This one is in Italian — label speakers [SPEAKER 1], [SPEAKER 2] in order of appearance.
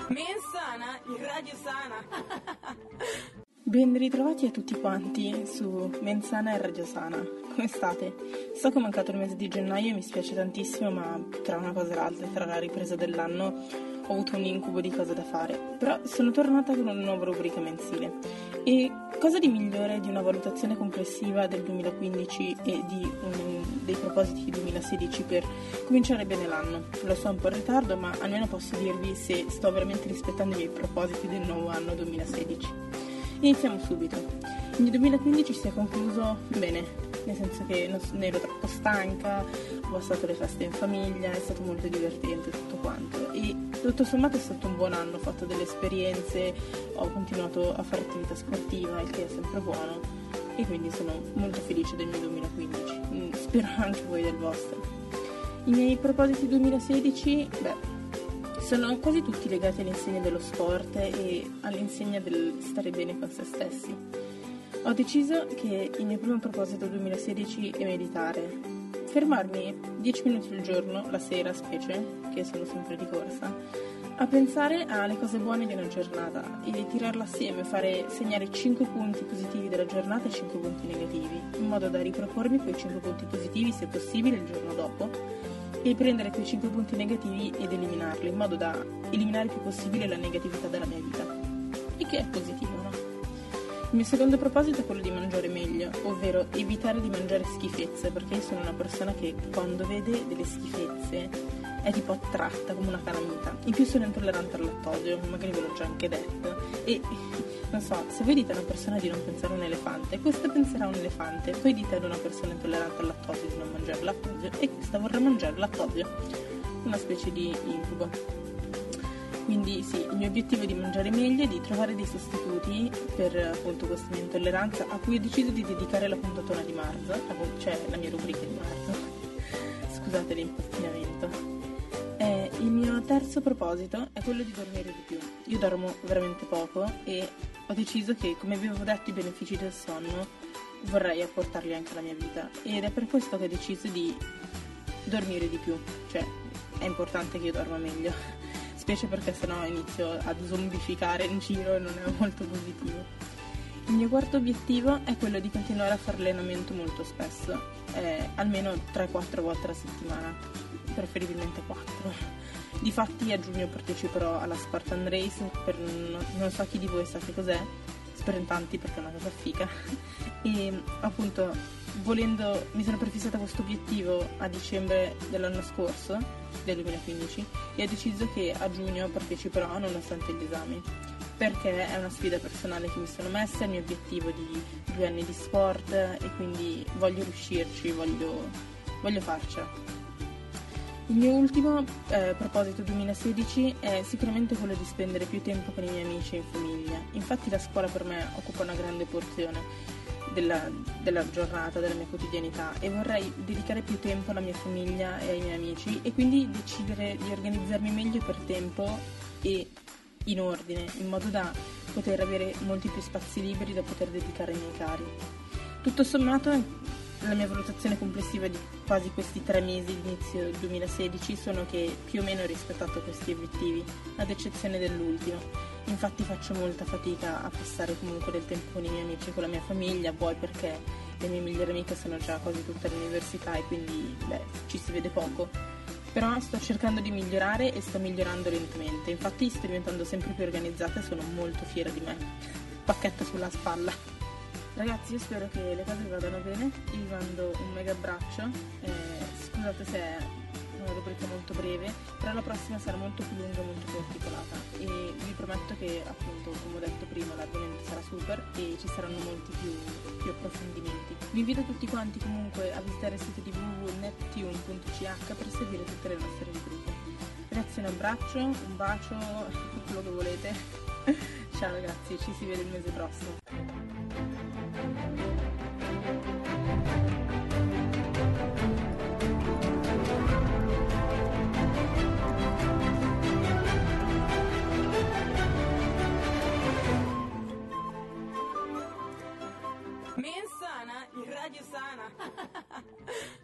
[SPEAKER 1] Mensana, il radio sana.
[SPEAKER 2] Ben ritrovati a tutti quanti su Mensana e Radio Sana. Come state? So che è mancato il mese di gennaio e mi spiace tantissimo, ma tra una cosa e l'altra, tra la ripresa dell'anno, ho avuto un incubo di cose da fare. Però sono tornata con una nuova rubrica mensile. E cosa di migliore di una valutazione complessiva del 2015 e dei propositi 2016 per cominciare bene l'anno? Lo so, un po' in ritardo, ma almeno posso dirvi se sto veramente rispettando i miei propositi del nuovo anno 2016. Iniziamo subito. Il mio 2015 si è concluso bene, nel senso che non ero troppo stanca, ho passato le feste in famiglia, è stato molto divertente tutto quanto e tutto sommato è stato un buon anno, ho fatto delle esperienze, ho continuato a fare attività sportiva, il che è sempre buono e quindi sono molto felice del mio 2015, spero anche voi del vostro. I miei propositi 2016, sono quasi tutti legati all'insegna dello sport e all'insegna del stare bene con se stessi. Ho deciso che il mio primo proposito 2016 è meditare. Fermarmi 10 minuti al giorno, la sera specie, che sono sempre di corsa, a pensare alle cose buone di una giornata e tirarla assieme, fare segnare 5 punti positivi della giornata e 5 punti negativi, in modo da ripropormi quei 5 punti positivi, se possibile, il giorno dopo, e prendere quei 5 punti negativi ed eliminarli, in modo da eliminare il più possibile la negatività dalla mia vita. Il che è positivo, no? Il mio secondo proposito è quello di mangiare meglio, ovvero evitare di mangiare schifezze, perché io sono una persona che quando vede delle schifezze è tipo attratta come una calamita. In più sono intollerante al lattosio, magari ve l'ho già anche detto, e non so, se voi dite a una persona di non pensare a un elefante, questa penserà a un elefante, poi dite ad una persona intollerante al lattosio di non mangiare lattosio e questa vorrà mangiare lattosio. Una specie di incubo. Quindi sì, il mio obiettivo è di mangiare meglio e di trovare dei sostituti per appunto questa mia intolleranza, a cui ho deciso di dedicare la puntatona di marzo, cioè la mia rubrica di marzo. Scusate l'impastinamento. Il mio terzo proposito è quello di dormire di più. Io dormo veramente poco e ho deciso che, come vi avevo detto, i benefici del sonno vorrei apportarli anche alla mia vita ed è per questo che ho deciso di dormire di più, cioè è importante che io dorma meglio, specie perché sennò inizio a zombificare in giro e non è molto positivo. Il mio quarto obiettivo è quello di continuare a fare allenamento molto spesso, almeno 3-4 volte alla settimana, preferibilmente 4. Difatti a giugno parteciperò alla Spartan Race, non so chi di voi sa che cos'è, spero in tanti perché è una cosa figa, e appunto mi sono prefissata questo obiettivo a dicembre dell'anno scorso, del 2015, e ho deciso che a giugno parteciperò nonostante gli esami, perché è una sfida personale che mi sono messa, è il mio obiettivo di 2 anni di sport e quindi voglio riuscirci, voglio farcela. Il mio ultimo proposito 2016 è sicuramente quello di spendere più tempo con i miei amici e in famiglia. Infatti la scuola per me occupa una grande porzione della giornata, della mia quotidianità e vorrei dedicare più tempo alla mia famiglia e ai miei amici e quindi decidere di organizzarmi meglio per tempo e in ordine, in modo da poter avere molti più spazi liberi da poter dedicare ai miei cari. Tutto sommato, la mia valutazione complessiva di quasi questi 3 mesi di inizio 2016 sono che più o meno ho rispettato questi obiettivi, ad eccezione dell'ultimo. Infatti faccio molta fatica a passare comunque del tempo con i miei amici e con la mia famiglia, vuoi perché le mie migliori amiche sono già quasi tutte all'università e quindi ci si vede poco. Però sto cercando di migliorare e sto migliorando lentamente, infatti sto diventando sempre più organizzata e sono molto fiera di me. Pacchetto sulla spalla. Ragazzi, io spero che le cose vadano bene, io vi mando un mega abbraccio, scusate se è una rubrica molto breve, però la prossima sarà molto più lunga e molto più articolata e vi prometto che appunto, come ho detto prima, l'argomento sarà super e ci saranno molti più approfondimenti. Vi invito tutti quanti comunque a visitare il sito di www.neptune.ch per seguire tutte le nostre rubriche. Ragazzi, un abbraccio, un bacio, quello che volete. Ciao ragazzi, ci si vede il mese prossimo.
[SPEAKER 1] Mensana, il radio sana.